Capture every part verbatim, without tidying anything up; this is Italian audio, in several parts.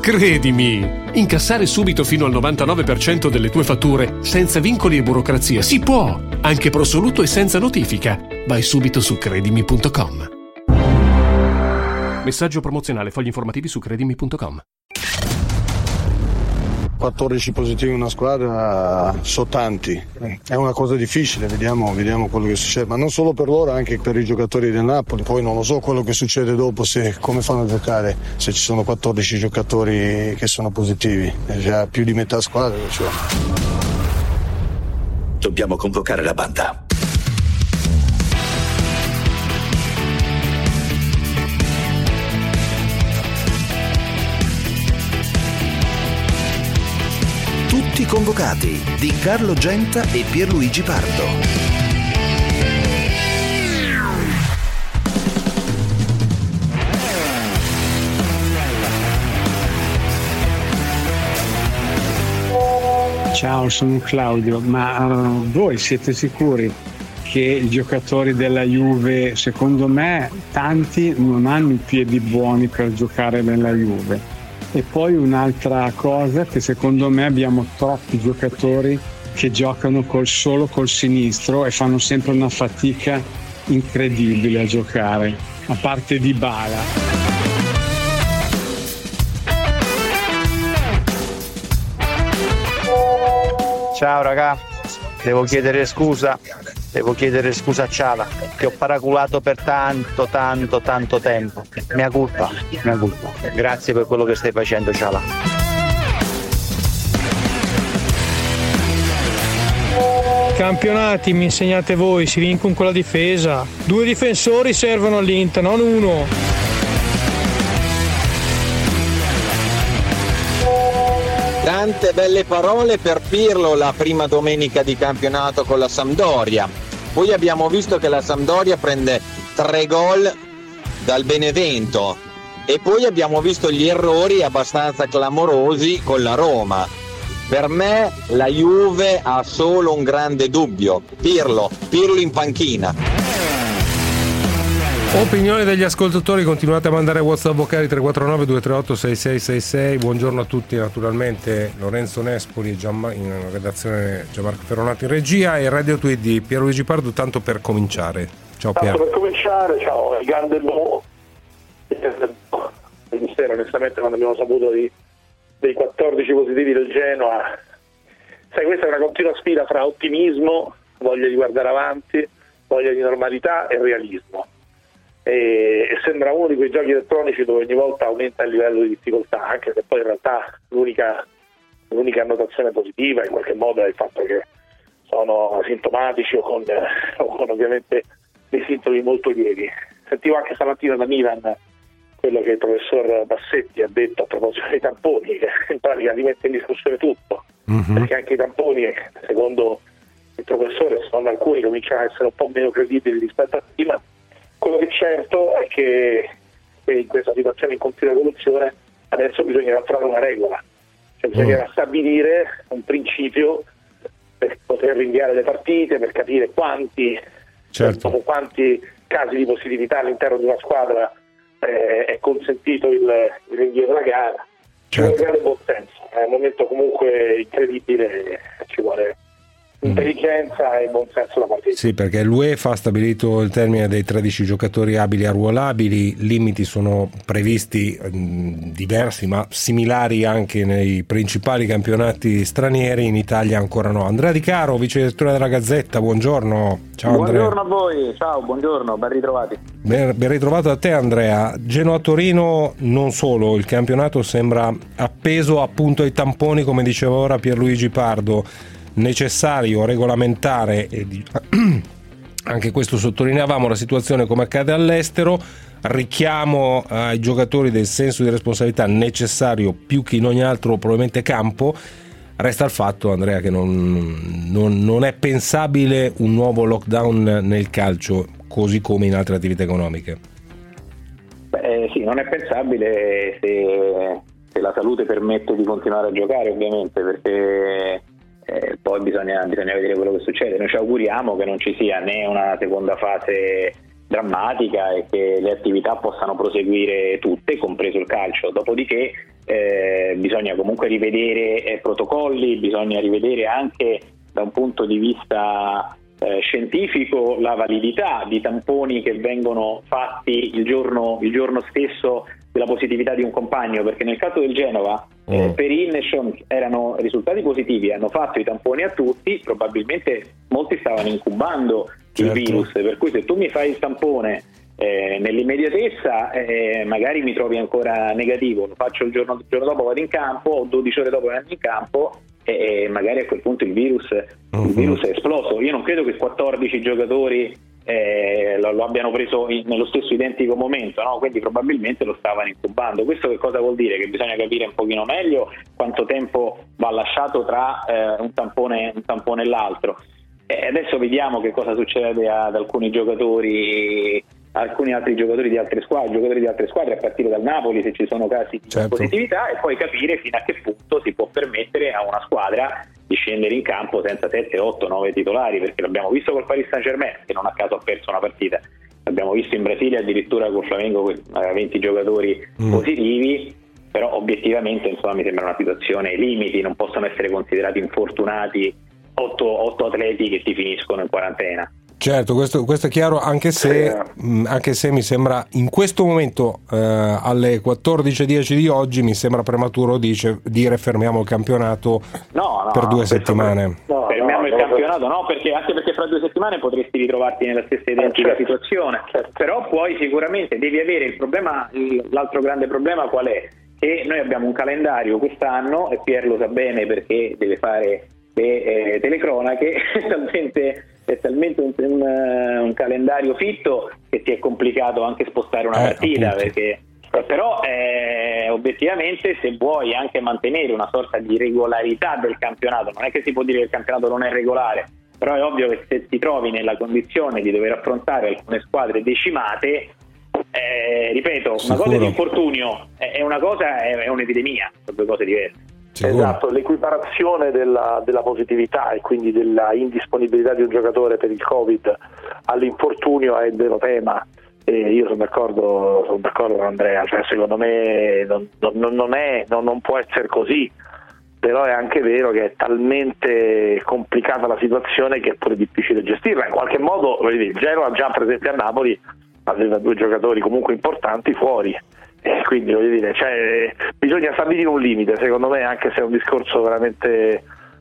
Credimi, incassare subito fino al novantanove per cento delle tue fatture senza vincoli e burocrazia si può, anche pro soluto e senza notifica. Vai subito su credimi punto com. Messaggio promozionale, fogli informativi su credimi punto com. quattordici positivi in una squadra sono tanti, è una cosa difficile, vediamo, vediamo quello che succede, ma non solo per loro, anche per i giocatori del Napoli. Poi non lo so quello che succede dopo, se come fanno a giocare, se ci sono quattordici giocatori che sono positivi, è già più di metà squadra, cioè. Dobbiamo convocare la banda. Tutti convocati di Carlo Genta e Pierluigi Pardo. Ciao, sono Claudio, ma uh, voi siete sicuri che i giocatori della Juve, secondo me, tanti non hanno i piedi buoni per giocare nella Juve? E poi un'altra cosa, che secondo me abbiamo troppi giocatori che giocano col solo col sinistro e fanno sempre una fatica incredibile a giocare, a parte Dybala. Ciao raga, devo chiedere scusa, devo chiedere scusa a Ciala, che ho paraculato per tanto, tanto, tanto tempo. Mia colpa, mia colpa. Grazie per quello che stai facendo, Ciala. Campionati mi insegnate voi, si vincono con la difesa. Due difensori servono all'Inter, non uno. Tante belle parole per Pirlo la prima domenica di campionato con la Sampdoria. Poi abbiamo visto che la Sampdoria prende tre gol dal Benevento e poi abbiamo visto gli errori abbastanza clamorosi con la Roma. Per me la Juve ha solo un grande dubbio: Pirlo, Pirlo in panchina. Opinioni degli ascoltatori, continuate a mandare WhatsApp vocali tre quattro nove due tre otto sei sei sei sei. Buongiorno a tutti, naturalmente Lorenzo Nespoli Gianma- in redazione, Gianmarco Ferronato in regia e Radio Tweet di Pierluigi Pardo. Tanto per cominciare, ciao Pier. Tanto per cominciare, ciao, il grande Bo. Ieri sera onestamente quando abbiamo saputo di, dei quattordici positivi del Genoa, sai, questa è una continua sfida fra ottimismo, voglia di guardare avanti, voglia di normalità e realismo. E, e sembra uno di quei giochi elettronici dove ogni volta aumenta il livello di difficoltà, anche se poi in realtà l'unica, l'unica annotazione positiva in qualche modo è il fatto che sono asintomatici o con, o con ovviamente dei sintomi molto lievi. Sentivo anche stamattina da Milan quello che il professor Bassetti ha detto a proposito dei tamponi, che in pratica rimette in discussione tutto, mm-hmm. perché anche i tamponi, secondo il professore, secondo alcuni, cominciano a essere un po' meno credibili rispetto a prima. Quello che è certo è che in questa situazione in continua evoluzione adesso bisognerà trovare una regola, cioè bisognerà stabilire un principio per poter rinviare le partite, per capire quanti, certo. dopo quanti casi di positività all'interno di una squadra eh, è consentito il, il rinvio della gara. Ci vuole grande buon senso, è un momento comunque incredibile, ci vuole intelligenza e buon senso da partita. Sì, perché l'UEFA ha stabilito il termine dei tredici giocatori abili arruolabili, limiti sono previsti mh, diversi ma similari anche nei principali campionati stranieri, in Italia ancora no. Andrea Di Caro, vice direttore della Gazzetta, buongiorno. Ciao Andrea. Buongiorno a voi, ciao, buongiorno, ben ritrovati. Ben, ben ritrovato a te Andrea. Genoa-Torino non solo, il campionato sembra appeso appunto ai tamponi, come diceva ora Pierluigi Pardo, necessario regolamentare e di... anche questo sottolineavamo la situazione come accade all'estero, richiamo ai giocatori del senso di responsabilità necessario più che in ogni altro probabilmente campo. Resta il fatto, Andrea, che non, non, non è pensabile un nuovo lockdown nel calcio, così come in altre attività economiche. Beh, sì, non è pensabile se, se la salute permette di continuare a giocare, ovviamente, perché Eh, poi bisogna, bisogna vedere quello che succede. Noi ci auguriamo che non ci sia né una seconda fase drammatica e che le attività possano proseguire tutte, compreso il calcio. Dopodiché eh, bisogna comunque rivedere eh, protocolli, bisogna rivedere anche da un punto di vista eh, scientifico la validità di tamponi che vengono fatti il giorno, il giorno stesso della positività di un compagno, perché nel caso del Genova mm. eh, Perin e Sean erano risultati positivi, hanno fatto i tamponi a tutti, probabilmente molti stavano incubando certo. il virus, per cui se tu mi fai il tampone eh, nell'immediatezza eh, magari mi trovi ancora negativo, lo faccio il giorno, il giorno dopo vado in campo, o dodici ore dopo vado in campo e, e magari a quel punto il virus, mm-hmm. il virus è esploso. Io non credo che quattordici giocatori eh, lo, lo abbiano preso in, nello stesso identico momento, no? Quindi probabilmente lo stavano incubando. Questo che cosa vuol dire? Che bisogna capire un pochino meglio quanto tempo va lasciato tra eh, un tampone, un tampone e l'altro. E adesso vediamo che cosa succede ad alcuni giocatori, alcuni altri giocatori di altre squadre, giocatori di altre squadre a partire dal Napoli, se ci sono casi di certo. positività, e poi capire fino a che punto si può permettere a una squadra di scendere in campo senza sette, otto, nove titolari, perché l'abbiamo visto col Paris Saint-Germain, che non a caso ha perso una partita, l'abbiamo visto in Brasile addirittura col Flamengo con venti giocatori mm. positivi, però obiettivamente insomma mi sembra una situazione limiti, non possono essere considerati infortunati otto, otto atleti che ti finiscono in quarantena. Certo, questo, questo è chiaro, anche se, mh, anche se mi sembra in questo momento eh, alle quattordici e dieci di oggi mi sembra prematuro dice, dire fermiamo il campionato no, no, per due settimane. No, fermiamo no, il campionato, no, perché anche perché fra due settimane potresti ritrovarti nella stessa identica certo, situazione, certo. Però poi sicuramente devi avere il problema, l'altro grande problema qual è? Che noi abbiamo un calendario quest'anno, e Pier lo sa bene perché deve fare le eh, telecronache, talmente è talmente un, un, un calendario fitto che ti è complicato anche spostare una eh, partita appunto. Perché però eh, obiettivamente se vuoi anche mantenere una sorta di regolarità del campionato, non è che si può dire che il campionato non è regolare, però è ovvio che se ti trovi nella condizione di dover affrontare alcune squadre decimate, eh, ripeto, Sicuro. Una cosa è l'infortunio, è una cosa è, è un'epidemia, sono due cose diverse. Sicuro. Esatto, l'equiparazione della, della positività e quindi della indisponibilità di un giocatore per il Covid all'infortunio è il vero tema, e io sono d'accordo, sono d'accordo con Andrea, cioè secondo me non, non, non, è, non, non può essere così, però è anche vero che è talmente complicata la situazione che è pure difficile gestirla. In qualche modo il Genoa già per esempio a Napoli aveva due giocatori comunque importanti fuori. Eh, quindi voglio dire, cioè, bisogna stabilire un limite, secondo me, anche se è un discorso veramente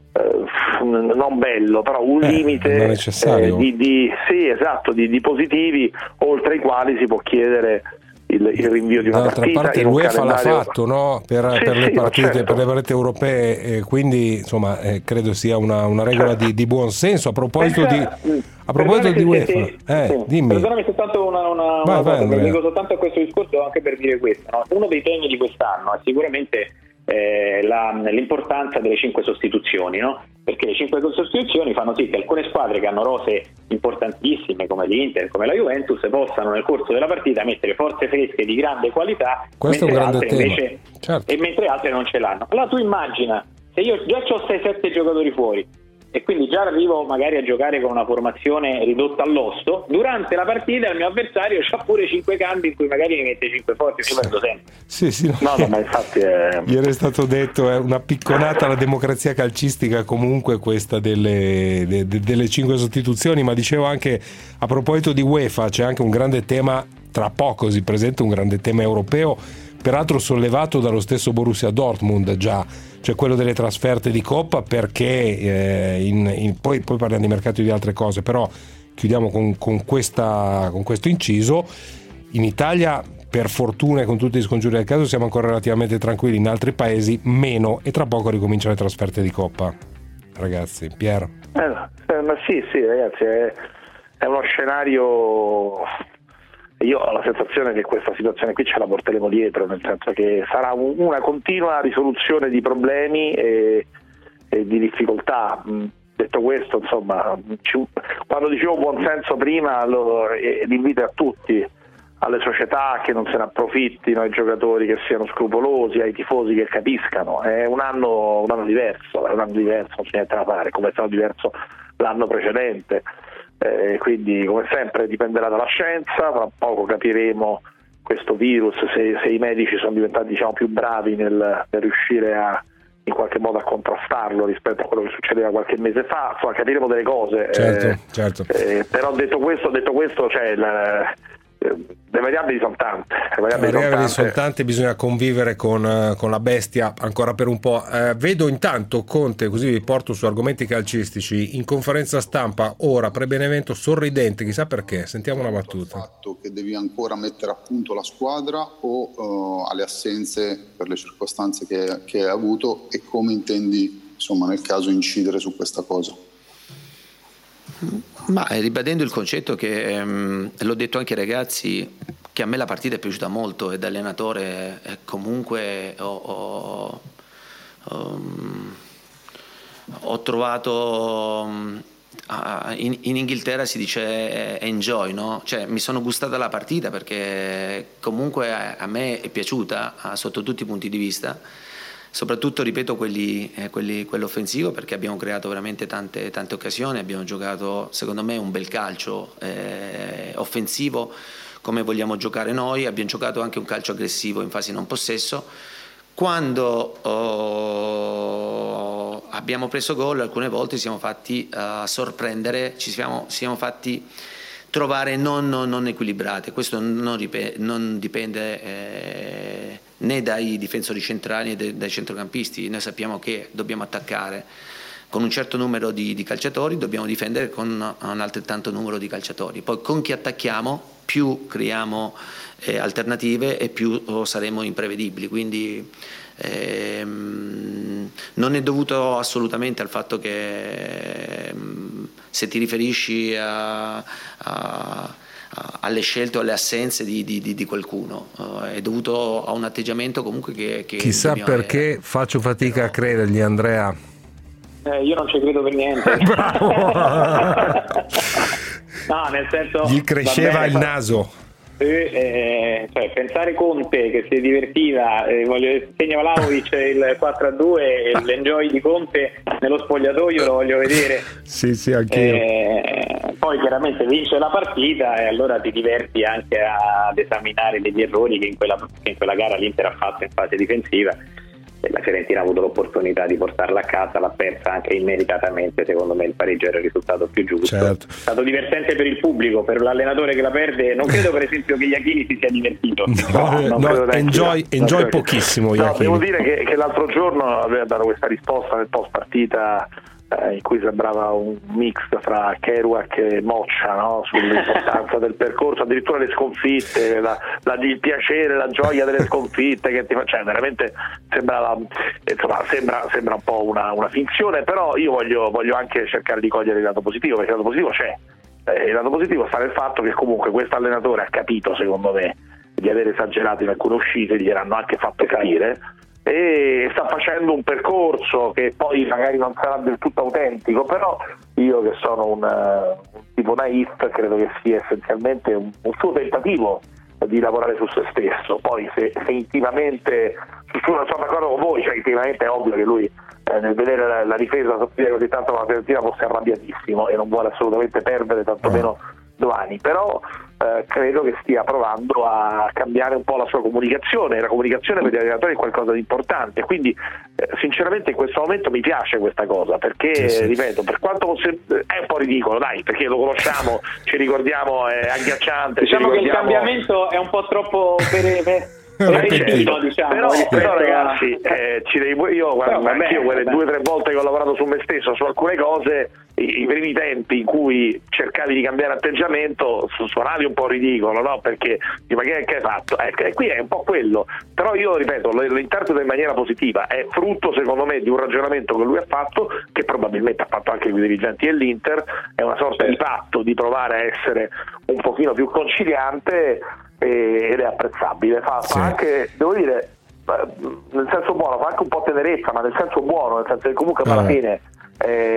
eh, non bello, però un eh, limite eh, di, di, sì, esatto, di, di positivi oltre i quali si può chiedere il, il rinvio di una D'altra partita. Parte in un l'UEFA calendario... l'ha fatto, no? per, sì, per le sì, partite, certo. per le partite europee, eh, quindi insomma eh, credo sia una, una regola certo. di, di buon senso. A proposito Pensa, di a proposito di UEFA, sì, eh, sì. dimmi. Perdonami soltanto una, una, vai, una vai, cosa, mi dico soltanto a questo discorso anche per dire questo, no? Uno dei temi di quest'anno è sicuramente eh, la, l'importanza delle cinque sostituzioni, no? Perché le cinque sostituzioni fanno sì che alcune squadre che hanno rose importantissime come l'Inter, come la Juventus, possano nel corso della partita mettere forze fresche di grande qualità, questo mentre è un grande altre tema. Invece, certo. e mentre altre non ce l'hanno. Allora tu immagina, se io già ho sei sette giocatori fuori e quindi già arrivo magari a giocare con una formazione ridotta all'osso, durante la partita il mio avversario c'ha pure cinque cambi in cui magari mi mette cinque forti, io perdo sempre. Sì, sì, no. No, no, ma infatti è... Ieri è stato detto, è una picconata alla democrazia calcistica comunque questa delle, de, de, delle cinque sostituzioni, ma dicevo anche a proposito di UEFA c'è anche un grande tema, tra poco si presenta un grande tema europeo, peraltro sollevato dallo stesso Borussia Dortmund già, cioè quello delle trasferte di Coppa, perché eh, in, in, poi, poi parliamo di mercato e di altre cose, però chiudiamo con, con, questa, con questo inciso. In Italia per fortuna e con tutti gli scongiuri del caso siamo ancora relativamente tranquilli, in altri paesi meno, e tra poco ricominciano le trasferte di Coppa, ragazzi. Pier? Eh, ma sì sì ragazzi, è, è uno scenario. Io ho la sensazione che questa situazione qui ce la porteremo dietro, nel senso che sarà un, una continua risoluzione di problemi e, e di difficoltà. Detto questo, insomma, ci, quando dicevo buon senso prima, lo, eh, l'invito a tutti, alle società che non se ne approfittino, ai giocatori che siano scrupolosi, ai tifosi che capiscano. È un anno, un anno diverso, è un anno diverso, non c'è niente da fare, come è stato diverso l'anno precedente. Eh, quindi come sempre dipenderà dalla scienza, tra poco capiremo questo virus, se, se i medici sono diventati diciamo più bravi nel, nel riuscire a in qualche modo a contrastarlo rispetto a quello che succedeva qualche mese fa, insomma capiremo delle cose. Certo, eh, certo. Eh, però detto questo, detto questo cioè, la, le variabili sono tante, le variabili, le variabili sono sono tante, bisogna convivere con, con la bestia ancora per un po'. Eh, vedo intanto Conte, così vi porto su argomenti calcistici, in conferenza stampa ora pre-Benevento sorridente, chissà perché, sentiamo una battuta. Il fatto che devi ancora mettere a punto la squadra o uh, alle assenze per le circostanze che, che hai avuto, e come intendi insomma nel caso incidere su questa cosa? Ma ribadendo il concetto che ehm, l'ho detto anche ai ragazzi, che a me la partita è piaciuta molto e da allenatore eh, comunque ho, ho, um, ho trovato um, in, in Inghilterra si dice enjoy, no? Cioè mi sono gustata la partita perché comunque a, a me è piaciuta a, sotto tutti i punti di vista. Soprattutto, ripeto, quelli, eh, quelli, quello offensivo, perché abbiamo creato veramente tante, tante occasioni, abbiamo giocato secondo me un bel calcio eh, offensivo come vogliamo giocare noi, abbiamo giocato anche un calcio aggressivo in fase non possesso. Quando oh, abbiamo preso gol alcune volte siamo fatti uh, sorprendere, ci siamo, siamo fatti trovare non, non, non equilibrate. Questo non, ripete, non dipende eh, né dai difensori centrali né dai centrocampisti. Noi sappiamo che dobbiamo attaccare con un certo numero di, di calciatori, dobbiamo difendere con un altrettanto numero di calciatori. Poi con chi attacchiamo più creiamo eh, alternative e più oh, saremo imprevedibili. Quindi ehm, non è dovuto assolutamente al fatto che ehm, se ti riferisci a, a alle scelte o alle assenze di, di, di qualcuno, uh, è dovuto a un atteggiamento comunque che, che chissà perché avere. Faccio fatica a credergli, Andrea. Eh, io non ci credo per niente. No, nel senso, gli cresceva bene, il naso. Eh, cioè, pensare Conte che si divertiva, eh, voglio segna Vlahovic il quattro a due e l'enjoy di Conte nello spogliatoio lo voglio vedere. Sì, sì, anch'io. Eh, poi chiaramente vince la partita e allora ti diverti anche ad esaminare degli errori che in quella, che in quella gara l'Inter ha fatto in fase difensiva. La Fiorentina ha avuto l'opportunità di portarla a casa, l'ha persa anche immeritatamente. Secondo me il pareggio era il risultato più giusto. Certo. È stato divertente per il pubblico, per l'allenatore che la perde. Non credo per esempio che Iachini si sia divertito. No, no, no, enjoy, enjoy pochissimo. No, devo dire che, che l'altro giorno aveva dato questa risposta nel post partita eh, in cui sembrava un mix fra Kerouac e Moccia, no? Sull'importanza del percorso, addirittura le sconfitte, la, la, il piacere, la gioia delle sconfitte che ti fa, cioè veramente sembra, insomma, sembra, sembra un po' una, una finzione, però io voglio, voglio anche cercare di cogliere il lato positivo, perché il lato positivo c'è. Eh, il lato positivo sta nel fatto che comunque questo allenatore ha capito, secondo me, di aver esagerato in alcune uscite, gliel'hanno anche fatto capire, e sta facendo un percorso che poi magari non sarà del tutto autentico, però io che sono un, uh, un tipo naif credo che sia essenzialmente un, un suo tentativo di lavorare su se stesso. Poi se, se intimamente su, sono d'accordo con voi, cioè intimamente è ovvio che lui eh, nel vedere la, la difesa soffrire così tanto con la Fiorentina fosse arrabbiatissimo e non vuole assolutamente perdere, tantomeno domani, però eh, credo che stia provando a cambiare un po' la sua comunicazione. La comunicazione per gli allenatori è qualcosa di importante, quindi eh, sinceramente in questo momento mi piace questa cosa, perché sì, sì. ripeto, per quanto fosse, è un po' ridicolo, dai, perché lo conosciamo, ci ricordiamo, è agghiacciante. Diciamo che il cambiamento è un po' troppo per, per... Repetito, diciamo, però, però ragazzi eh, ci devi, io guarda, no, anch'io quelle vabbè. due o tre volte che ho lavorato su me stesso su alcune cose, i, i primi tempi in cui cercavi di cambiare atteggiamento suonavi un po' ridicolo, no? Perché ma che, che hai fatto? Ecco, e qui è un po' quello, però io ripeto, lo, lo interpreto in maniera positiva, è frutto secondo me di un ragionamento che lui ha fatto, che probabilmente ha fatto anche con i dirigenti dell'Inter, è una sorta di patto di provare a essere un pochino più conciliante ed è apprezzabile, fa, sì. fa anche, devo dire, nel senso buono, fa anche un po' tenerezza, ma nel senso buono, nel senso che comunque alla fine eh,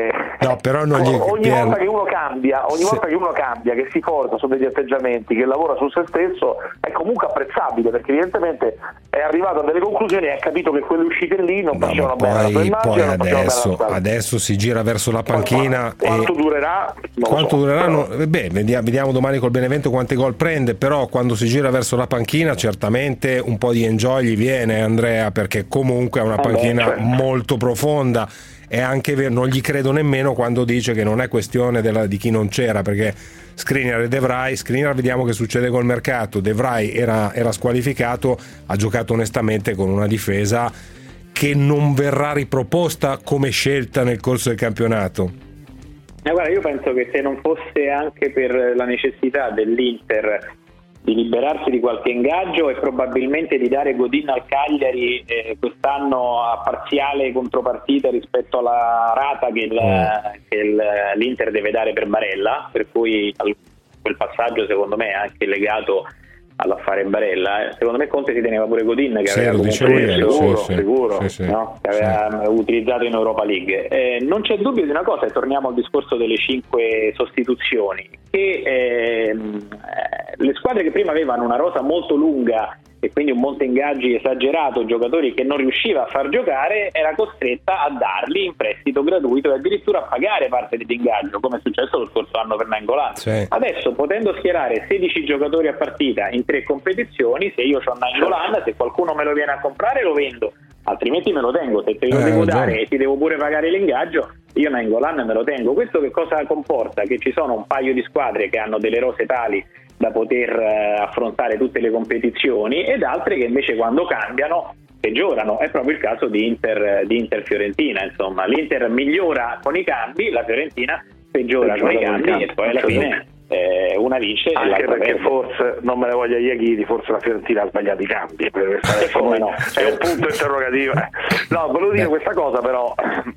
No, però non gli... ogni volta che uno cambia, ogni Sì. volta che uno cambia, che si forza su degli atteggiamenti, che lavora su se stesso, è comunque apprezzabile, perché evidentemente è arrivato a delle conclusioni e ha capito che quelle uscite lì non No, facevano ma bene alla sua poi, immagine, poi non facevano bene alla adesso, squadra. adesso si gira verso la panchina. Quanto e... durerà? Non Quanto lo so, durerà? però- No, beh, vediamo, vediamo domani col Benevento quanti gol prende, però quando si gira verso la panchina certamente un po' di enjoy gli viene, Andrea, perché comunque è una Eh beh, panchina certo. molto profonda. E anche vero, non gli credo nemmeno quando dice che non è questione della, di chi non c'era, perché Skriniar e De Vrij, Skriniar vediamo che succede col mercato, De Vrij era, era squalificato, ha giocato onestamente con una difesa che non verrà riproposta come scelta nel corso del campionato. Eh, guarda, io penso che se non fosse anche per la necessità dell'Inter di liberarsi di qualche ingaggio e probabilmente di dare Godin al Cagliari eh, quest'anno a parziale contropartita rispetto alla rata che, il, Mm. che il, l'Inter deve dare per Barella, per cui al- quel passaggio secondo me è anche legato all'affare Barella. Eh, secondo me Conte si teneva pure Godin, che Sì, aveva lo comunque dicevo ieri, sicuro, sì, sì. sicuro, Sì, sì. no? Che aveva utilizzato in Europa League. Eh, non c'è dubbio di una cosa, e torniamo al discorso delle cinque sostituzioni, che ehm, eh, le squadre che prima avevano una rosa molto lunga e quindi un monte ingaggi esagerato, giocatori che non riusciva a far giocare, era costretta a darli in prestito gratuito e addirittura a pagare parte dell'ingaggio, come è successo lo scorso anno per Nainggolan. Sì. Adesso, potendo schierare sedici giocatori a partita in tre competizioni, se io ho Nainggolan, se qualcuno me lo viene a comprare lo vendo, altrimenti me lo tengo. Se te lo Eh, devo ragione. dare e ti devo pure pagare l'ingaggio, io Nainggolan me lo tengo. Questo che cosa comporta? Che ci sono un paio di squadre che hanno delle rose tali da poter eh, affrontare tutte le competizioni ed altre che invece quando cambiano peggiorano. È proprio il caso di Inter, di Inter Fiorentina, insomma l'Inter migliora con i cambi, la Fiorentina peggiora con i cambi e poi alla fine eh, una vince e Anche l'altra perché perde. forse, non me ne voglia Iachiti, forse la Fiorentina ha sbagliato i cambi, per questa E come no? è un punto interrogativo. Eh. No, volevo dire questa cosa però,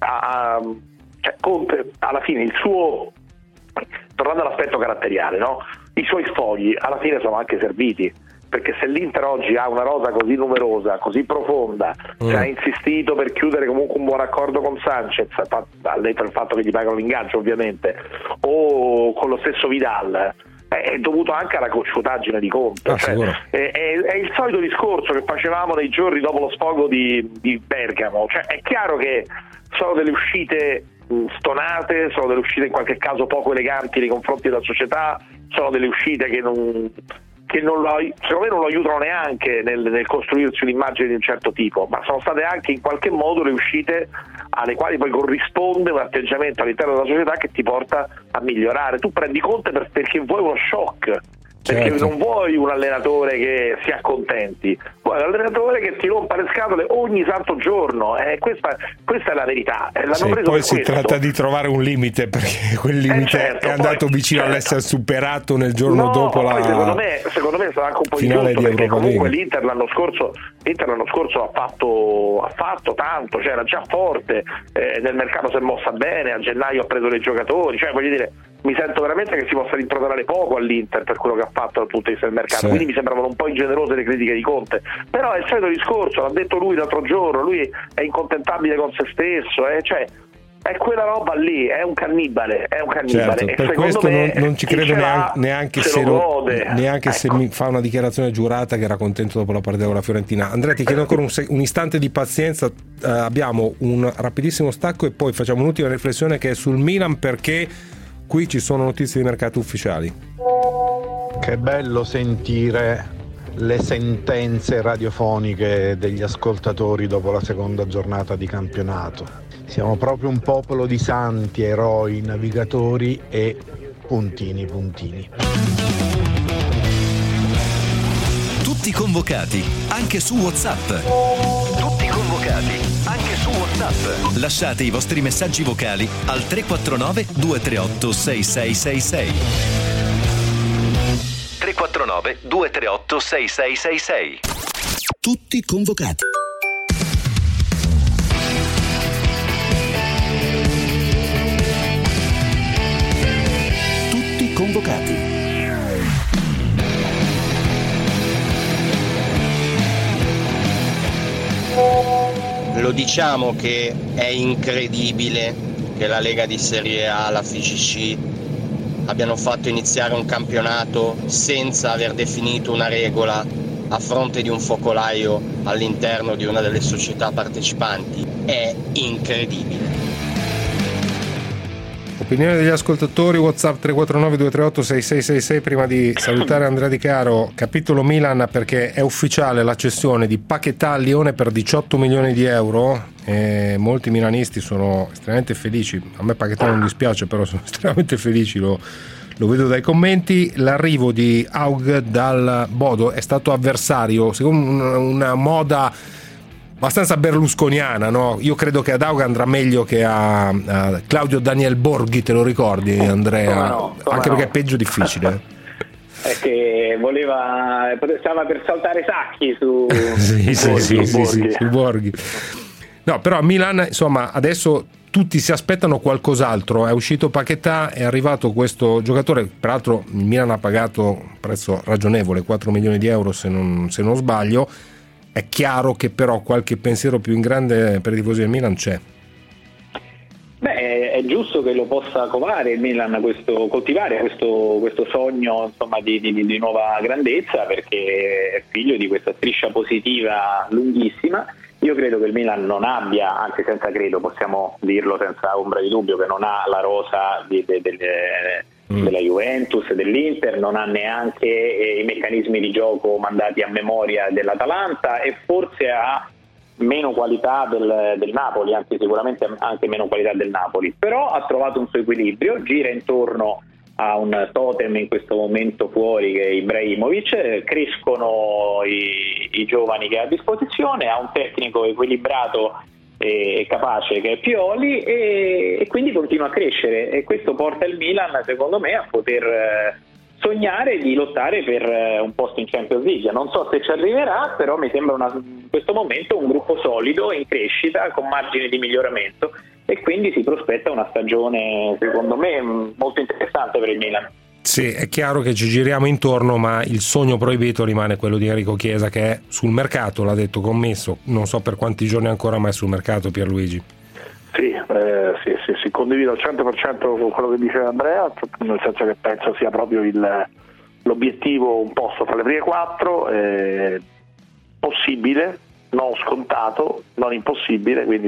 a- a- cioè, Conte alla fine il suo, tornando all'aspetto caratteriale, no? I suoi sfogli alla fine sono anche serviti, perché se l'Inter oggi ha una rosa così numerosa, così profonda, Mm. se ha insistito per chiudere comunque un buon accordo con Sanchez, al netto del fatto che gli pagano l'ingaggio ovviamente, o con lo stesso Vidal, è dovuto anche alla cocciutaggine di Conte. Ah, cioè, sicuro. è, è- è il solito discorso che facevamo nei giorni dopo lo sfogo di, di Bergamo, cioè, è chiaro che sono delle uscite mh, stonate, sono delle uscite in qualche caso poco eleganti nei confronti della società, sono delle uscite che non, che non lo, secondo me non lo aiutano neanche nel, nel costruirsi un'immagine di un certo tipo, ma sono state anche in qualche modo le uscite alle quali poi corrisponde un atteggiamento all'interno della società che ti porta a migliorare. Tu prendi Conte per, perché vuoi uno shock, perché Certo. non vuoi un allenatore che si accontenti, vuoi un allenatore che ti rompa le scatole ogni santo giorno, eh, questa, questa è la verità. Eh, l'hanno Sì, preso poi per si questo. tratta di trovare un limite, perché quel limite certo, è andato poi- vicino certo. all'essere superato nel giorno No, dopo poi la secondo me, secondo me è stato anche un po' di finale tutto, di perché Europa comunque League. l'Inter l'anno scorso, l'Inter l'anno scorso ha fatto, ha fatto tanto, cioè era già forte, eh, nel mercato si è mossa bene, a gennaio ha preso dei giocatori, cioè voglio dire, mi sento veramente che si possa rimproverare poco all'Inter per quello che ha fatto dal punto di vista del mercato, Sì. quindi mi sembravano un po' ingenerose le critiche di Conte, però è il solito discorso, l'ha detto lui l'altro giorno, lui è incontentabile con se stesso, eh, cioè è quella roba lì, è un cannibale, è un cannibale. Certo, e per secondo questo me non, non ci chi credo ce l'ha neanche, neanche se se, lo lo- gode. neanche se Ecco. mi fa una dichiarazione giurata che era contento dopo la partita con la Fiorentina. Andrea, ti chiedo ancora un, se- un istante di pazienza, eh, abbiamo un rapidissimo stacco e poi facciamo un'ultima riflessione che è sul Milan, perché qui ci sono notizie di mercato ufficiali. Che bello sentire le sentenze radiofoniche degli ascoltatori dopo la seconda giornata di campionato. Siamo proprio un popolo di santi, eroi, navigatori e puntini puntini. Tutti convocati, anche su WhatsApp. Tutti convocati, anche su WhatsApp. Lasciate i vostri messaggi vocali al tre quattro nove due tre otto sei sei sei sei. tre quattro nove due tre otto sei sei sei sei. Tutti convocati. Tutti convocati. Lo diciamo che è incredibile che la Lega di Serie A, la F I G C abbiano fatto iniziare un campionato senza aver definito una regola a fronte di un focolaio all'interno di una delle società partecipanti. È incredibile. Opinione degli ascoltatori, WhatsApp tre quattro nove due tre otto sei sei sei sei. Prima di salutare Andrea Di Caro, capitolo Milan, perché è ufficiale la cessione di Paquetá al Lione per diciotto milioni di euro e molti milanisti sono estremamente felici. A me Paquetá non dispiace, però sono estremamente felici, lo, lo vedo dai commenti. L'arrivo di Haug dal Bodo è stato avversario, secondo una, una moda abbastanza berlusconiana, no? Io credo che ad Haug andrà meglio che a, a Claudio Daniel Borghi, te lo ricordi, Andrea? Come no, come Anche no. perché è peggio difficile. È che voleva, stava per saltare Sacchi su sì, su sì, Borghi, sì, Borghi. sì, sì, su Borghi. No, però a Milan, insomma, adesso tutti si aspettano qualcos'altro. È uscito Paquetá, è arrivato questo giocatore, peraltro il Milan ha pagato un prezzo ragionevole, quattro milioni di euro se non, se non sbaglio. È chiaro che però qualche pensiero più in grande per i tifosi del Milan c'è. Beh, è giusto che lo possa covare il Milan, questo, coltivare questo, questo sogno, insomma, di, di, di nuova grandezza, perché è figlio di questa striscia positiva lunghissima. Io credo che il Milan non abbia, anzi senza credo, possiamo dirlo senza ombra di dubbio, che non ha la rosa di, de, de, de, mm. della Juventus, dell'Inter, non ha neanche eh, i meccanismi di gioco mandati a memoria dell'Atalanta e forse ha meno qualità del, del Napoli, anzi sicuramente anche meno qualità del Napoli, però ha trovato un suo equilibrio, gira intorno a un totem in questo momento fuori che è Ibrahimovic, crescono i, i giovani che ha a disposizione, ha un tecnico equilibrato e capace che è Pioli e, e quindi continua a crescere e questo porta il Milan secondo me a poter eh, sognare di lottare per eh, un posto in Champions League. Non so se ci arriverà, però mi sembra una, in questo momento un gruppo solido, in crescita, con margini di miglioramento e quindi si prospetta una stagione secondo me molto interessante per il Milan. Sì, è chiaro che ci giriamo intorno, ma il sogno proibito rimane quello di Enrico Chiesa, che è sul mercato, l'ha detto commesso, non so per quanti giorni ancora, ma è sul mercato. Pierluigi. Sì, eh, sì, sì, sì, condivido al cento per cento con quello che dice Andrea, nel senso che penso sia proprio il, l'obiettivo un posto tra le prime quattro, eh, possibile, non scontato, non impossibile, quindi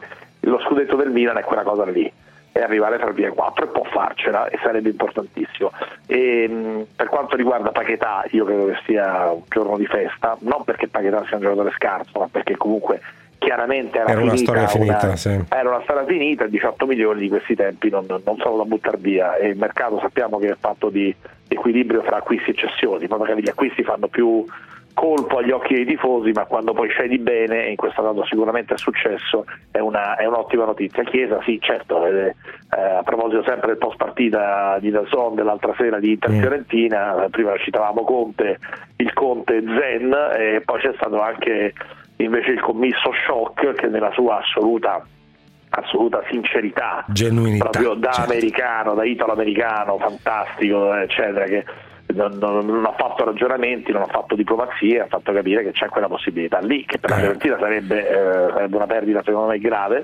lo scudetto del Milan è quella cosa lì, è arrivare tra le prime quattro e può farcela e sarebbe importantissimo. E, mh, per quanto riguarda Paquetá, io credo che sia un giorno di festa, non perché Paquetá sia un giocatore scarso, ma perché comunque chiaramente era, era una finita, storia finita, una, sì. era una storia finita, diciotto milioni di questi tempi non, non sono da buttare via e il mercato sappiamo che è fatto di equilibrio fra acquisti e cessioni, poi magari gli acquisti fanno più colpo agli occhi dei tifosi, ma quando poi scegli bene, e in questo caso sicuramente è successo, è, una, è un'ottima notizia. Chiesa sì, certo, eh, a proposito sempre del post partita di Dazon dell'altra sera di Inter Fiorentina, prima citavamo Conte, il Conte Zen, e poi c'è stato anche invece il commisso Shock che nella sua assoluta assoluta sincerità, genuinità, proprio da certo. americano, da italo-americano, fantastico, eccetera, che non, non, non ha fatto ragionamenti, non ha fatto diplomazie, ha fatto capire che c'è quella possibilità lì, che per la Fiorentina sarebbe, eh, sarebbe una perdita secondo me grave,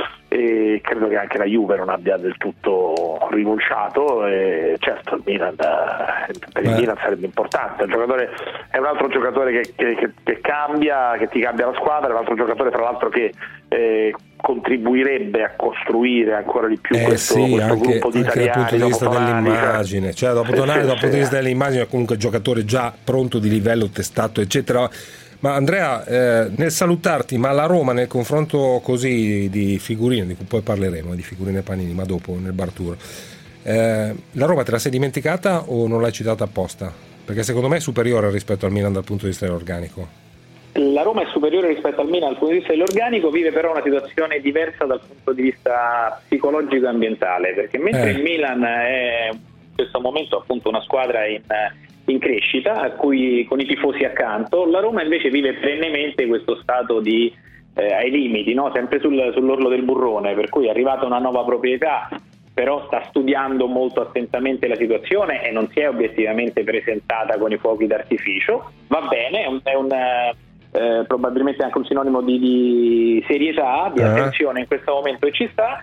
e credo che anche la Juve non abbia del tutto rinunciato, e certo il Milan, eh, per il Beh. Milan sarebbe importante, il giocatore è un altro giocatore che, che, che, che cambia, che ti cambia la squadra, è un altro giocatore tra l'altro che eh, contribuirebbe a costruire ancora di più eh questo, sì, questo anche, gruppo di anche italiani dal punto di vista dopo Tonali, dell'immagine, cioè dopo sì, Tonali, sì, dal punto sì. di vista dell'immagine, comunque giocatore già pronto, di livello, testato, eccetera. Ma Andrea, eh, nel salutarti, ma la Roma nel confronto così di figurine, di cui poi parleremo, di figurine Panini, ma dopo nel bar tour, eh, la Roma te la sei dimenticata o non l'hai citata apposta? Perché secondo me è superiore rispetto al Milan dal punto di vista dell'organico. La Roma è superiore rispetto al Milan dal punto di vista dell'organico, vive però una situazione diversa dal punto di vista psicologico e ambientale, perché mentre Eh. il Milan è in questo momento appunto una squadra in, in crescita, a cui con i tifosi accanto, la Roma invece vive perennemente questo stato di eh, ai limiti, no? Sempre sul, sull'orlo del burrone, per cui è arrivata una nuova proprietà, però sta studiando molto attentamente la situazione e non si è obiettivamente presentata con i fuochi d'artificio. Va bene, è un, è un eh, probabilmente anche un sinonimo di, di serietà, di eh. attenzione in questo momento, e ci sta.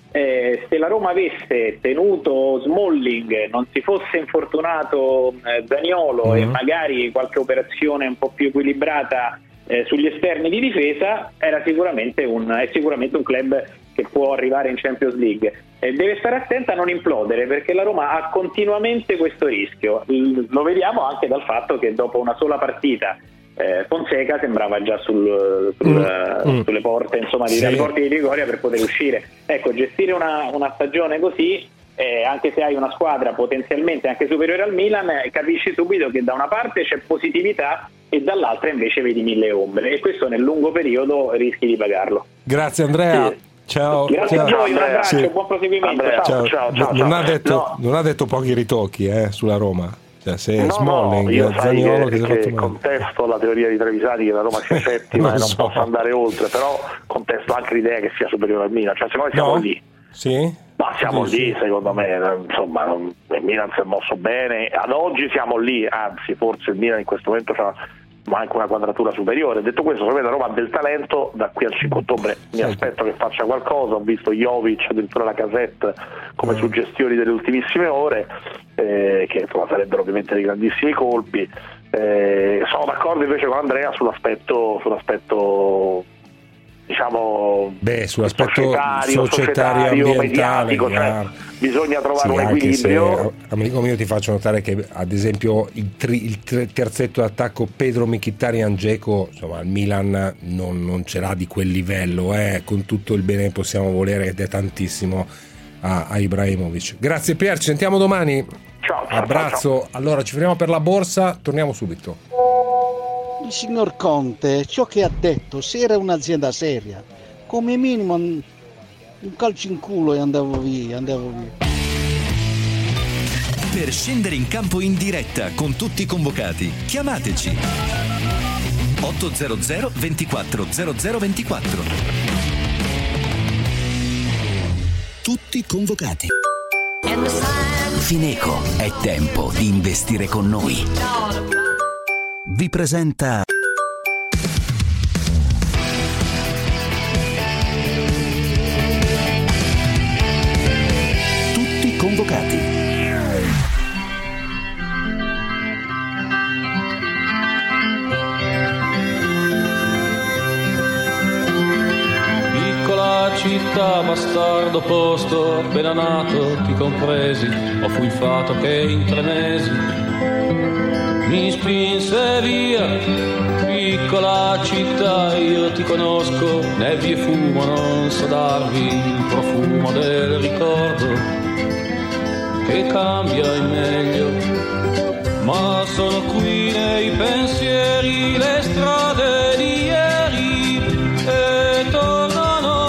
eh, se la Roma avesse tenuto Smalling, non si fosse infortunato eh, Zaniolo mm-hmm. e magari qualche operazione un po' più equilibrata eh, sugli esterni di difesa, era sicuramente un, è sicuramente un club che può arrivare in Champions League. Eh, deve stare attenta a non implodere, perché la Roma ha continuamente questo rischio. Il, lo vediamo anche dal fatto che dopo una sola partita eh, Fonseca sembrava già sul, sul, mm. sulle porte, insomma, sì. dai porti di Trigoria per poter uscire. Ecco, gestire una, una stagione così, eh, anche se hai una squadra potenzialmente anche superiore al Milan, eh, capisci subito che da una parte c'è positività e dall'altra invece vedi mille ombre, e questo nel lungo periodo rischi di pagarlo. Grazie Andrea. Sì. Ciao, grazie ciao. a voi, un abbraccio, sì. buon proseguimento. Andrea, ciao. Ciao, ciao, ciao, non, ciao. Ha detto, No. non ha detto pochi ritocchi eh, sulla Roma. Cioè, se no, Smalling, no, io Zaniolo che, che, che contesto la teoria di Trevisani che la Roma sia settima e non so. possa andare oltre, però contesto anche l'idea che sia superiore al Milan, cioè secondo me siamo no? lì. Sì? Ma siamo sì, lì, sì. secondo me, insomma, il Milan si è mosso bene, ad oggi siamo lì, anzi forse il Milan in questo momento c'ha anche una quadratura superiore. Detto questo, secondo me la Roma ha del talento, da qui al cinque ottobre mi sì. aspetto che faccia qualcosa. Ho visto Jovic, addirittura la Casette come mm. suggestioni delle ultimissime ore, eh, che insomma sarebbero ovviamente dei grandissimi colpi. Eh, sono d'accordo invece con Andrea sull'aspetto sull'aspetto diciamo Beh, sull'aspetto societario, societario, societario ambientale, mediatico, cioè, bisogna trovare sì, un equilibrio. Se, amico mio, ti faccio notare che ad esempio il, tri, il terzetto d'attacco Pedro Mkhitaryan Dzeko, insomma il Milan non, non ce l'ha di quel livello, eh, con tutto il bene che possiamo volere, ed è tantissimo a, a Ibrahimovic. Grazie Pier, ci sentiamo domani. Ciao, ciao, abbraccio. Ciao, ciao. Allora ci fermiamo per la borsa, torniamo subito. Il signor Conte, ciò che ha detto, se era un'azienda seria, come minimo un calcio in culo e andavo via, andavo via. Per scendere in campo in diretta con tutti i convocati, chiamateci ottocento ventiquattro zero zero ventiquattro. Tutti convocati. Fineco, è tempo di investire con noi. Vi presenta Tutti convocati. Piccola città, bastardo posto, appena nato ti compresi, ho fu il fato che in tre mesi mi spinse via. Piccola città, io ti conosco, nebbie e fumo, non so darvi il profumo del ricordo che cambia in meglio, ma sono qui nei pensieri le strade di ieri e tornano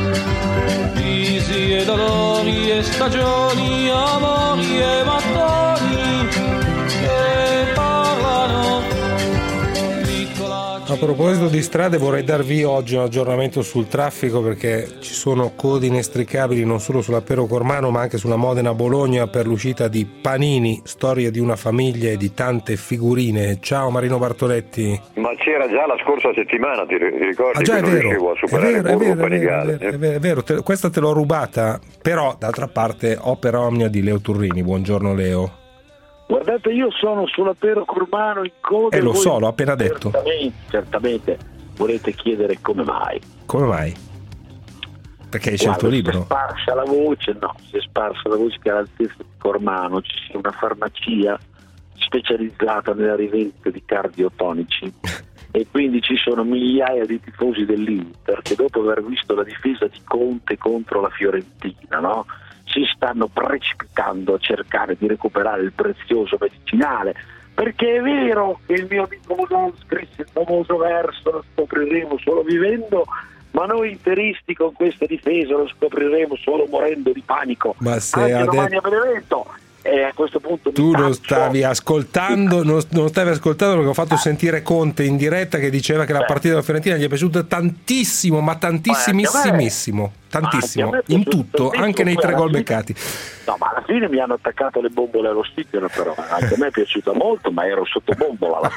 visi e dolori e stagioni, amori e mattoni che parlano. A proposito di strade, vorrei darvi oggi un aggiornamento sul traffico, perché ci sono code inestricabili non solo sulla Pero Cormano ma anche sulla Modena-Bologna per l'uscita di Panini, storia di una famiglia e di tante figurine. Ciao Marino Bartoletti. Ma c'era già la scorsa settimana, ti ricordi? Ah, già, che è non vero, riuscivo a superare è vero, è vero, è Panigale, vero, è vero, è vero, te, questa te l'ho rubata, però d'altra parte opera omnia di Leo Turrini. Buongiorno Leo. Guardate, io sono sulla Pero Cormano in coda. Eh, lo so, l'ho appena detto. Certamente, certamente volete chiedere come mai. Come mai? Perché hai scelto il libro? Si è sparsa la voce, no, si è sparsa la voce che all'altezza di Cormano ci sia una farmacia specializzata nella rivendita di cardiotonici e quindi ci sono migliaia di tifosi dell'Inter che dopo aver visto la difesa di Conte contro la Fiorentina, no? si stanno precipitando a cercare di recuperare il prezioso medicinale, perché è vero che il mio amico Modon scrisse il famoso verso lo scopriremo solo vivendo, ma noi interisti con questa difesa lo scopriremo solo morendo di panico. Ma se anche ade- domani a Benevento. E a questo punto tu lo stavi ascoltando, non, non stavi ascoltando perché ho fatto sentire Conte in diretta che diceva che la partita della Fiorentina gli è piaciuta tantissimo, ma tantissimissimissimo, tantissimo, in tutto, anche nei tre gol beccati. No, ma alla fine mi hanno attaccato le bombole all'ossigeno, però anche a me è piaciuta molto, ma ero sotto bombola.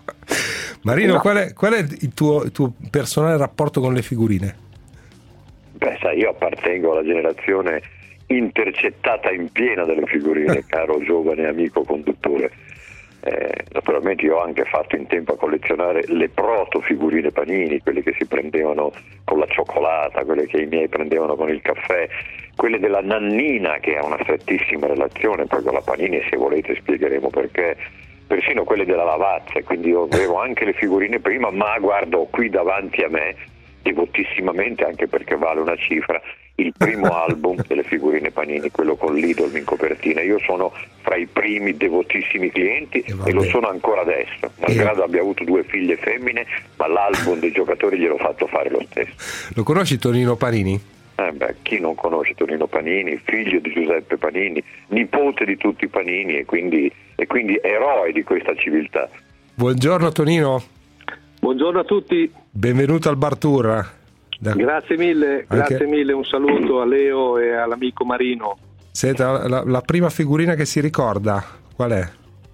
Marino, qual è, qual è il tuo, il tuo personale rapporto con le figurine? Beh, sai, io appartengo alla generazione intercettata in piena delle figurine, caro giovane amico conduttore. Eh, naturalmente io ho anche fatto in tempo a collezionare le proto figurine Panini, quelle che si prendevano con la cioccolata, quelle che i miei prendevano con il caffè, quelle della nannina che ha una strettissima relazione poi con la Panini, e se volete spiegheremo perché, persino quelle della Lavazza, quindi io avevo anche le figurine prima, ma guardo qui davanti a me devotissimamente, anche perché vale una cifra, il primo album delle figurine Panini, quello con l'Idol in copertina. Io sono fra i primi devotissimi clienti e, e lo sono ancora adesso, malgrado abbia avuto due figlie femmine, ma l'album dei giocatori gliel'ho fatto fare lo stesso. Lo conosci Tonino Panini? Eh beh, chi non conosce Tonino Panini, figlio di Giuseppe Panini, nipote di tutti i Panini e quindi, e quindi eroe di questa civiltà. Buongiorno Tonino. Buongiorno a tutti. Benvenuto al Bar Tour. Da... Grazie mille, Anche... grazie mille, un saluto a Leo e all'amico Marino. Senta, la, la prima figurina che si ricorda, qual è?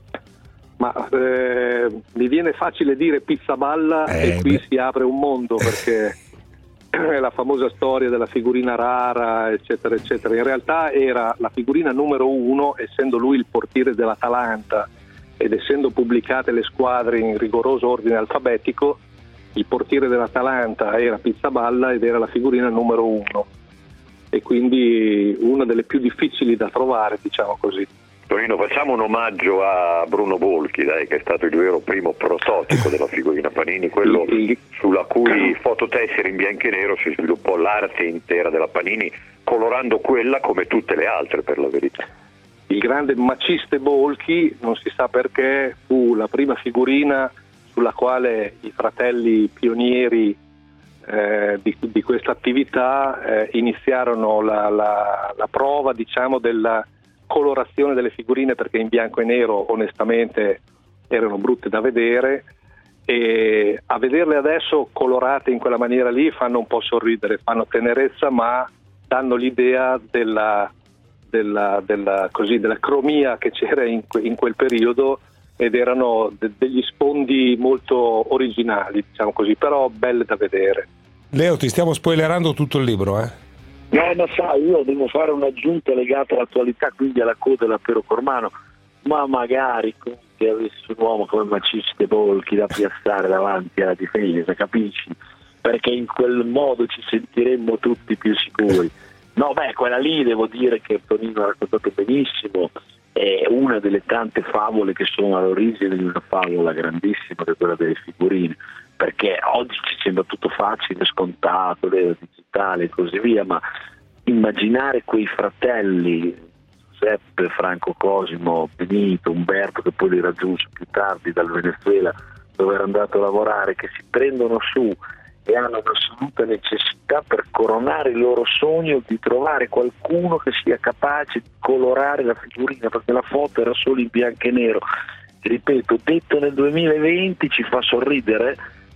Ma eh, mi viene facile dire Pizzaballa eh, e qui beh. si apre un mondo, perché è la famosa storia della figurina rara, eccetera, eccetera. In realtà era la figurina numero uno, essendo lui il portiere dell'Atalanta ed essendo pubblicate le squadre in rigoroso ordine alfabetico, il portiere dell'Atalanta era Pizzaballa ed era la figurina numero uno, e quindi una delle più difficili da trovare, diciamo così. Torino, facciamo un omaggio a Bruno Bolchi, dai, che è stato il vero primo prototipo della figurina Panini, quello sulla cui fototessera in bianco e nero si sviluppò l'arte intera della Panini, colorando quella come tutte le altre, per la verità. Il grande Maciste Bolchi, non si sa perché, fu la prima figurina sulla quale i fratelli pionieri eh, di, di questa attività eh, iniziarono la, la, la prova, diciamo, della colorazione delle figurine, perché in bianco e nero onestamente erano brutte da vedere, e a vederle adesso colorate in quella maniera lì fanno un po' sorridere, fanno tenerezza, ma danno l'idea della Della, della, così, della cromia che c'era in, que, in quel periodo, ed erano de, degli sfondi molto originali, diciamo così, però belle da vedere. Leo, ti stiamo spoilerando tutto il libro, eh? No, ma sai, io devo fare un'aggiunta legata all'attualità, quindi alla coda dell'Apero Cormano, ma magari che avesse un uomo come Maciste Bolchi da piazzare davanti alla difesa, capisci? Perché in quel modo ci sentiremmo tutti più sicuri. No, beh, quella lì devo dire che Tonino ha raccontato benissimo, è una delle tante favole che sono all'origine di una favola grandissima, che è quella delle figurine, perché oggi ci sembra tutto facile, scontato, l'era digitale e così via, ma immaginare quei fratelli, Giuseppe, Franco Cosimo, Benito, Umberto, che poi li raggiunse più tardi dal Venezuela, dove era andato a lavorare, che si prendono su e hanno un'assoluta necessità per coronare il loro sogno di trovare qualcuno che sia capace di colorare la figurina, perché la foto era solo in bianco e nero. Ripeto, detto nel duemilaventi ci fa sorridere,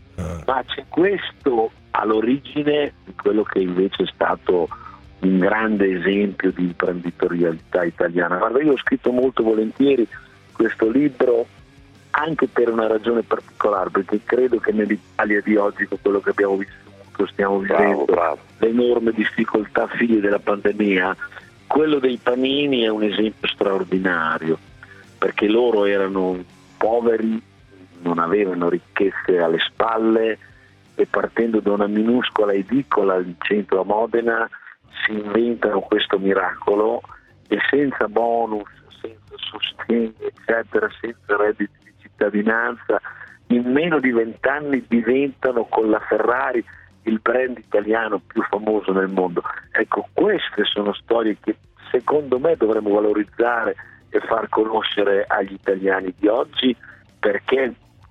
ma c'è questo all'origine di quello che invece è stato un grande esempio di imprenditorialità italiana. Guarda, io ho scritto molto volentieri questo libro anche per una ragione particolare, perché credo che nell'Italia di oggi, con quello che abbiamo vissuto, stiamo vivendo, bravo, bravo. le enormi difficoltà figlie della pandemia, quello dei Panini è un esempio straordinario, perché loro erano poveri, non avevano ricchezze alle spalle, e partendo da una minuscola edicola in centro a Modena si inventano questo miracolo, e senza bonus, senza sostegno, eccetera, senza redditi di cittadinanza, in meno di vent'anni diventano con la Ferrari il brand italiano più famoso nel mondo. Ecco, queste sono storie che secondo me dovremmo valorizzare e far conoscere agli italiani di oggi, perché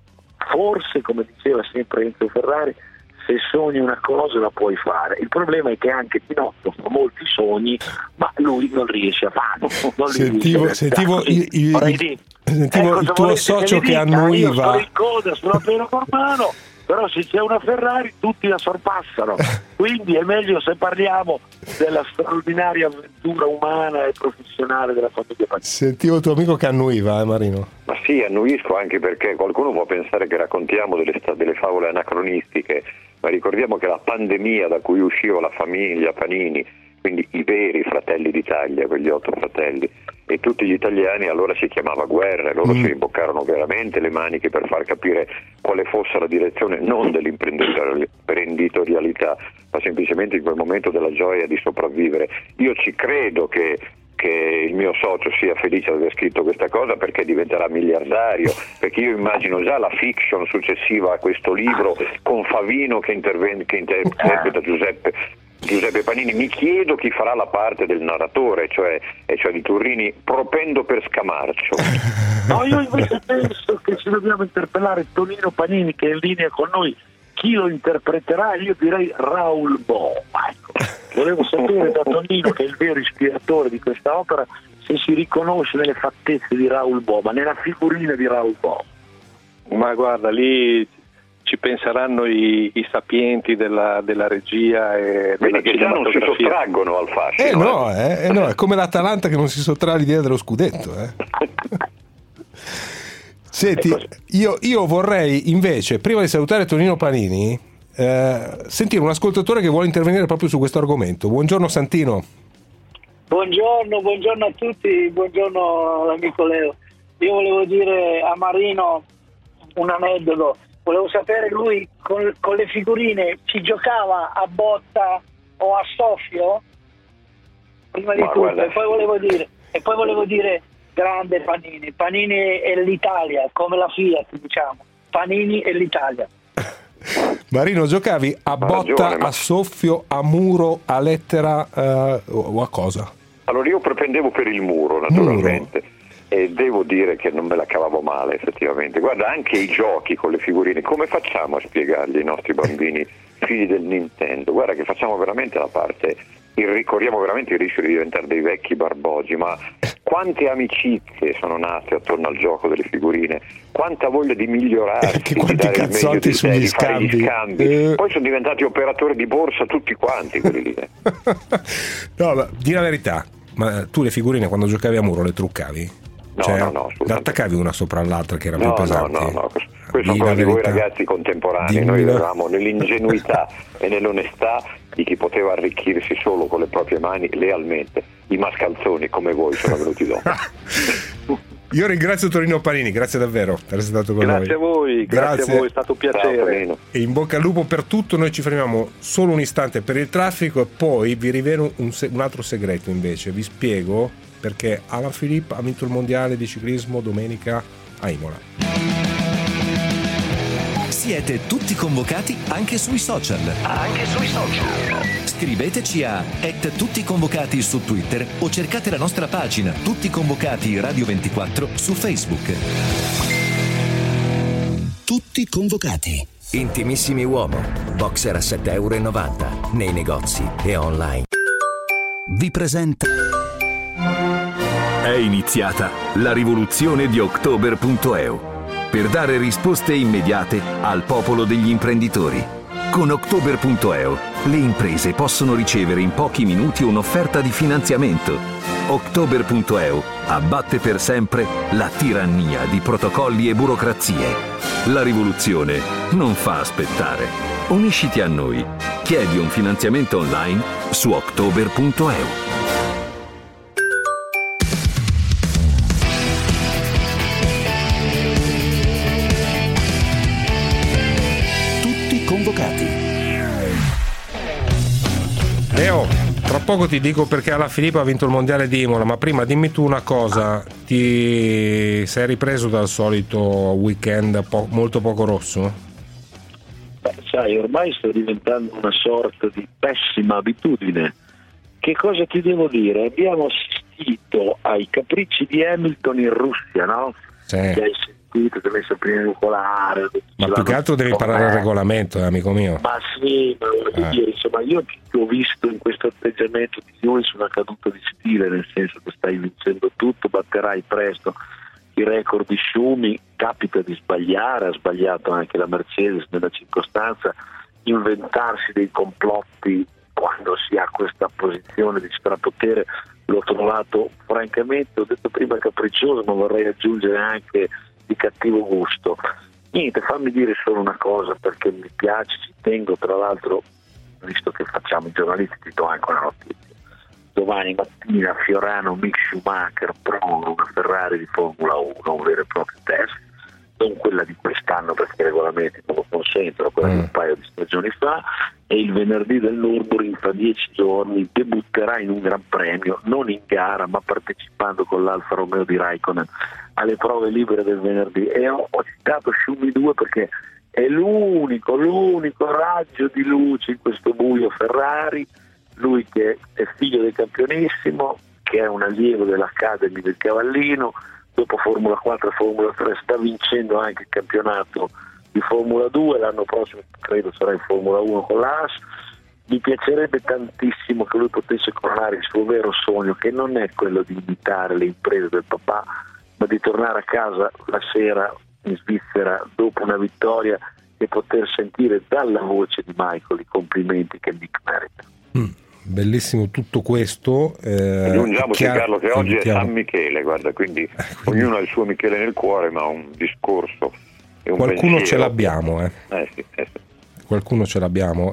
forse, come diceva sempre Enzo Ferrari, se sogni una cosa la puoi fare. Il problema è che anche Pinocchio fa molti sogni, ma lui non riesce a farlo. Non sentivo riesce a sentivo, il, il, il, sentivo ecco, il tuo socio che, che annuiva. Io sono in coda sull'Apero Cormano, però se c'è una Ferrari tutti la sorpassano. Quindi è meglio se parliamo della straordinaria avventura umana e professionale della famiglia Panini. Sentivo il tuo amico che annuiva, eh Marino? Ma sì, annuisco, anche perché qualcuno può pensare che raccontiamo delle, delle favole anacronistiche, ma ricordiamo che la pandemia da cui usciva la famiglia Panini, quindi i veri fratelli d'Italia, quegli otto fratelli, e tutti gli italiani, allora si chiamava guerra, e loro mm. si rimboccarono veramente le maniche per far capire quale fosse la direzione non dell'imprenditorialità, ma semplicemente in quel momento della gioia di sopravvivere. Io ci credo che che il mio socio sia felice di aver scritto questa cosa, perché diventerà miliardario, perché io immagino già la fiction successiva a questo libro con Favino che, interven- che interpreta Giuseppe Giuseppe Panini. Mi chiedo chi farà la parte del narratore, cioè, e cioè di Turrini, propendo per Scamarcio. No, io invece penso che ci dobbiamo interpellare Tonino Panini, che è in linea con noi. Chi lo interpreterà? Io direi Raoul Bo. Ecco. Volevo sapere da Tonino, che è il vero ispiratore di questa opera, se si riconosce nelle fattezze di Raoul Bo, ma nella figurina di Raoul Bo. Ma guarda, lì ci penseranno i, i sapienti della, della regia e vedi della che già non si sottraggono al fascino. Eh no, eh, eh no, è come l'Atalanta che non si sottrae all'idea dello scudetto. Eh. Senti, io, io vorrei invece, prima di salutare Tonino Panini, eh, sentire un ascoltatore che vuole intervenire proprio su questo argomento. Buongiorno Santino. Buongiorno, buongiorno a tutti, buongiorno all'amico Leo. Io volevo dire a Marino un aneddoto. Volevo sapere, lui con, con le figurine ci giocava a botta o a soffio? Prima di Ma tutto, guarda. e poi volevo dire, e poi volevo dire grande Panini. Panini è l'Italia, come la Fiat, diciamo. Panini è l'Italia. Marino, giocavi a botta, ragione, ma... a soffio, a muro, a lettera eh, o a cosa? Allora io propendevo per il muro, naturalmente. Muro. E devo dire che non me la cavavo male, effettivamente. Guarda, anche i giochi con le figurine, come facciamo a spiegargli ai nostri bambini figli del Nintendo? Guarda che facciamo veramente la parte, il, corriamo veramente il rischio di diventare dei vecchi barbogi, ma quante amicizie sono nate attorno al gioco delle figurine, quanta voglia di migliorarsi, che di dare il meglio di sé, di fare gli scambi. Eh. Poi sono diventati operatori di borsa tutti quanti quelli lì. No, ma di la verità, ma tu le figurine quando giocavi a muro le truccavi? No, cioè, no, no, attaccavi una sopra l'altra che era no, più pesante? No, no, no, questo sono di voi ragazzi contemporanei. Dimmi. Noi eravamo nell'ingenuità e nell'onestà di chi poteva arricchirsi solo con le proprie mani lealmente. I mascalzoni come voi sono venuti dopo. Io ringrazio Tonino Panini, grazie davvero per essere stato con grazie noi. A voi, grazie, grazie a voi, è stato un piacere. Ciao, e in bocca al lupo per tutto. Noi ci fermiamo solo un istante per il traffico e poi vi rivelo un, se- un altro segreto invece. Vi spiego perché Alaphilippe ha vinto il mondiale di ciclismo domenica a Imola. Siete tutti convocati anche sui social. Anche sui social. Scriveteci a et tutti convocati su Twitter o cercate la nostra pagina Tutti Convocati Radio ventiquattro su Facebook. Tutti convocati. Intimissimi uomo. Boxer a sette e novanta euro nei negozi e online. Vi presenta. È iniziata la rivoluzione di October punto e u per dare risposte immediate al popolo degli imprenditori. Con October punto e u le imprese possono ricevere in pochi minuti un'offerta di finanziamento. October punto e u abbatte per sempre la tirannia di protocolli e burocrazie. La rivoluzione non fa aspettare. Unisciti a noi. Chiedi un finanziamento online su October punto e u. Leo, tra poco ti dico perché Alaphilippe ha vinto il mondiale di Imola, ma prima dimmi tu una cosa, ti sei ripreso dal solito weekend po- molto poco rosso? Beh, sai, ormai sta diventando una sorta di pessima abitudine. Che cosa ti devo dire? Abbiamo assistito ai capricci di Hamilton in Russia, no? Sì. Che hai sentito, che messo prima di nucolare. Ma più che altro devi imparare il regolamento, eh, amico mio. Ma sì, ma voglio eh. dire, insomma, io ti ho visto in questo atteggiamento di Lewis una caduta di stile, nel senso che stai vincendo tutto, batterai presto i record di Schumi, capita di sbagliare, ha sbagliato anche la Mercedes nella circostanza, inventarsi dei complotti quando si ha questa posizione di strapotere l'ho trovato francamente, ho detto prima capriccioso, ma vorrei aggiungere anche di cattivo gusto. Niente, fammi dire solo una cosa perché mi piace, ci tengo, tra l'altro, visto che facciamo i giornalisti, ti do anche una notizia. Domani mattina a Fiorano Mick Schumacher prova una Ferrari di Formula uno, un vero e proprio test, non quella di quest'anno perché i regolamenti non lo consentono, quella di un paio di stagioni fa, e il venerdì del Nürburgring fra dieci giorni debutterà in un gran premio, non in gara ma partecipando con l'Alfa Romeo di Raikkonen alle prove libere del venerdì. E ho, ho citato Schumi due perché è l'unico, l'unico raggio di luce in questo buio Ferrari, lui che è figlio del campionissimo, che è un allievo dell'Academy del Cavallino, dopo Formula quattro e Formula tre sta vincendo anche il campionato di Formula due, l'anno prossimo credo sarà in Formula uno con l'A S. Mi piacerebbe tantissimo che lui potesse coronare il suo vero sogno, che non è quello di imitare le imprese del papà, ma di tornare a casa la sera in Svizzera dopo una vittoria e poter sentire dalla voce di Michael i complimenti che Mick merita. Mm. Bellissimo tutto questo. Eh, Aggiungiamoci, chiaro, Carlo, che oggi chiaro. è San Michele, guarda, quindi, quindi ognuno ha il suo Michele nel cuore, ma un discorso e un qualcuno pensiero. ce l'abbiamo, eh. Eh sì, eh sì. Qualcuno ce l'abbiamo.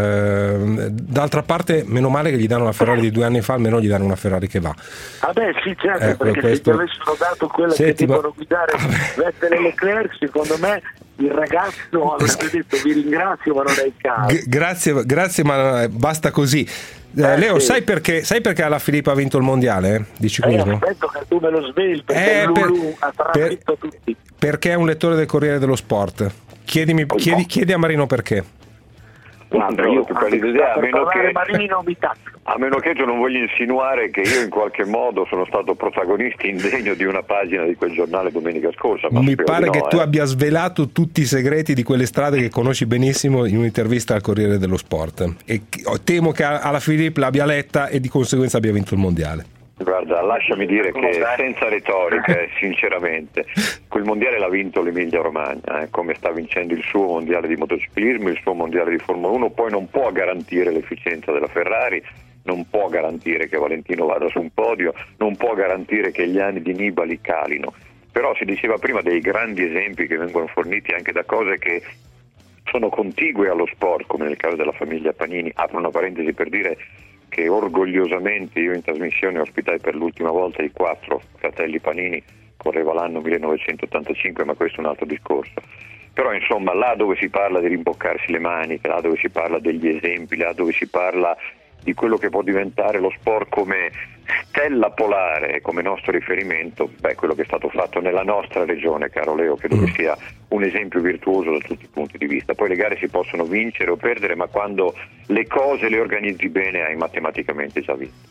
Eh, d'altra parte, meno male che gli danno una Ferrari di due anni fa, almeno gli danno una Ferrari che va. Ah beh, sì, certo, Ecco, perché questo... se ti avessero dato quella Senti, che ma... devono guidare Vettel e Leclerc, secondo me il ragazzo avrebbe detto vi ringrazio ma non è il caso. G- grazie, grazie, ma basta così. Eh, Leo, sì. sai perché sai perché alla Filippa ha vinto il mondiale eh, di Eh, ciclismo? aspetto che tu me lo svegli perché Eh, Lulu per- ha trafitto tutti. Perché è un lettore del Corriere dello Sport. Chiedimi, chiedi, chiedi a Marino perché. Guarda, No, io tu quando quali- sta a per meno parlare che- Marino mi taccio. A meno che tu non voglia insinuare che io in qualche modo sono stato protagonista indegno di una pagina di quel giornale domenica scorsa. Ma Mi spero pare di che no, tu eh. abbia svelato tutti i segreti di quelle strade che conosci benissimo in un'intervista al Corriere dello Sport. E che- temo che alla Filippa l'abbia letta e di conseguenza abbia vinto il mondiale. Guarda, lasciami dire che senza retorica, eh, sinceramente, quel mondiale l'ha vinto l'Emilia Romagna, eh, come sta vincendo il suo mondiale di motociclismo, il suo mondiale di Formula uno, poi non può garantire l'efficienza della Ferrari, non può garantire che Valentino vada su un podio, non può garantire che gli anni di Nibali calino, però si diceva prima dei grandi esempi che vengono forniti anche da cose che sono contigue allo sport, come nel caso della famiglia Panini. Apro una parentesi per dire che orgogliosamente io in trasmissione ospitai per l'ultima volta i quattro fratelli Panini, correva l'anno millenovecentottantacinque, ma questo è un altro discorso. Però insomma, là dove si parla di rimboccarsi le maniche, là dove si parla degli esempi, là dove si parla di quello che può diventare lo sport come stella polare, come nostro riferimento, beh, quello che è stato fatto nella nostra regione, caro Leo, credo che sia un esempio virtuoso da tutti i punti di vista. Poi le gare si possono vincere o perdere, ma quando le cose le organizzi bene hai matematicamente già vinto.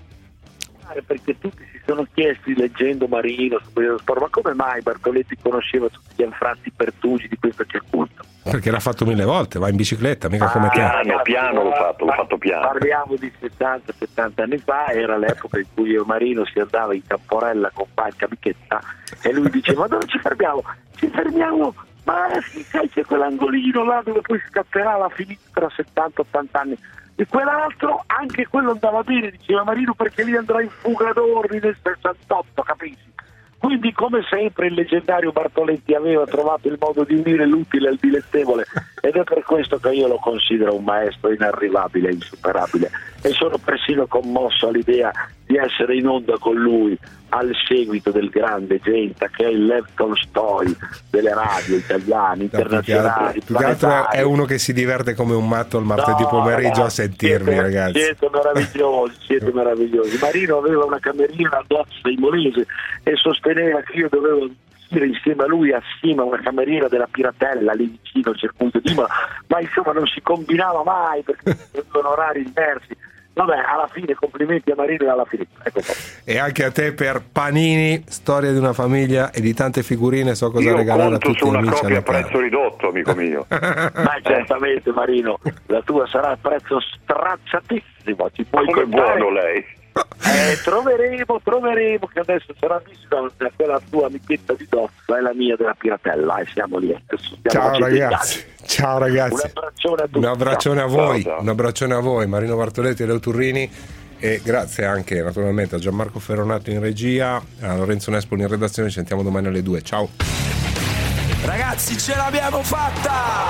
Perché tutti si sono chiesti leggendo Marino su quello sport, ma come mai Bartoletti conosceva tutti gli anfratti pertugi di questo circuito? Perché l'ha fatto mille volte, va in bicicletta, mica come te. Piano, piano l'ho fatto, l'ho fatto piano. Parliamo di sessanta settanta anni fa, era l'epoca in cui io e Marino si andava in Camporella con Panca Michetta e lui diceva ma dove ci fermiamo? Ci fermiamo, ma sì, sai c'è quell'angolino là dove poi scatterà la finita tra settanta ottanta anni. E quell'altro, anche quello andava bene, diceva Marino, perché lì andrà in fuga d'ordi nel sessantotto, capisci? Quindi come sempre il leggendario Bartoletti aveva trovato il modo di unire l'utile al dilettevole ed è per questo che io lo considero un maestro inarrivabile e insuperabile e sono persino commosso all'idea di essere in onda con lui al seguito del grande Genta che è il Lev Tolstoi delle radio italiane, internazionali. Più che altro è uno che si diverte come un matto il martedì No, pomeriggio ragazzi, a sentirmi, siete, ragazzi. Siete meravigliosi, siete meravigliosi. Marino aveva una camerina a Dozza Imolese e sosteneva che io dovevo uscire insieme a lui assieme a una cameriera della Piratella lì vicino al circuito di Imola, ma insomma non si combinava mai perché erano orari diversi. Vabbè, alla fine complimenti a Marino e alla Filippa. Ecco qua. E anche a te per Panini, storia di una famiglia e di tante figurine, so cosa Io regalare a conto tutti su gli una amici copia a alla casa. prezzo ridotto, amico mio. Ma certamente Marino, la tua sarà a prezzo stracciatissimo, ci puoi Come contare. buono lei. Eh, troveremo, troveremo che adesso sarà vista quella tua amichetta di Dozza e la mia della Piratella e siamo lì. Ciao ragazzi, ciao ragazzi. Un abbraccione a tutti. Un abbraccione a voi, Ciao, ciao. un abbraccione a voi, Marino Bartoletti e Leo Turrini. E grazie anche naturalmente a Gianmarco Ferronato in regia, a Lorenzo Nespoli in redazione. Ci sentiamo domani alle due. Ciao. Ragazzi, ce l'abbiamo fatta!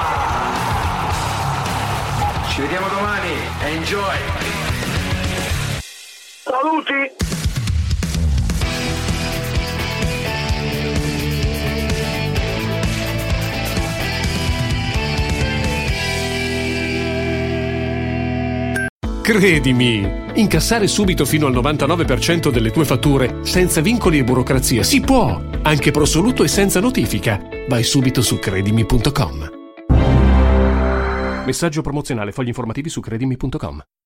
Ci vediamo domani. Enjoy! Saluti! Credimi, incassare subito fino al novantanove per cento delle tue fatture senza vincoli e burocrazia si può, anche prosoluto e senza notifica. Vai subito su credimi punto com. Messaggio promozionale, fogli informativi su credimi punto com.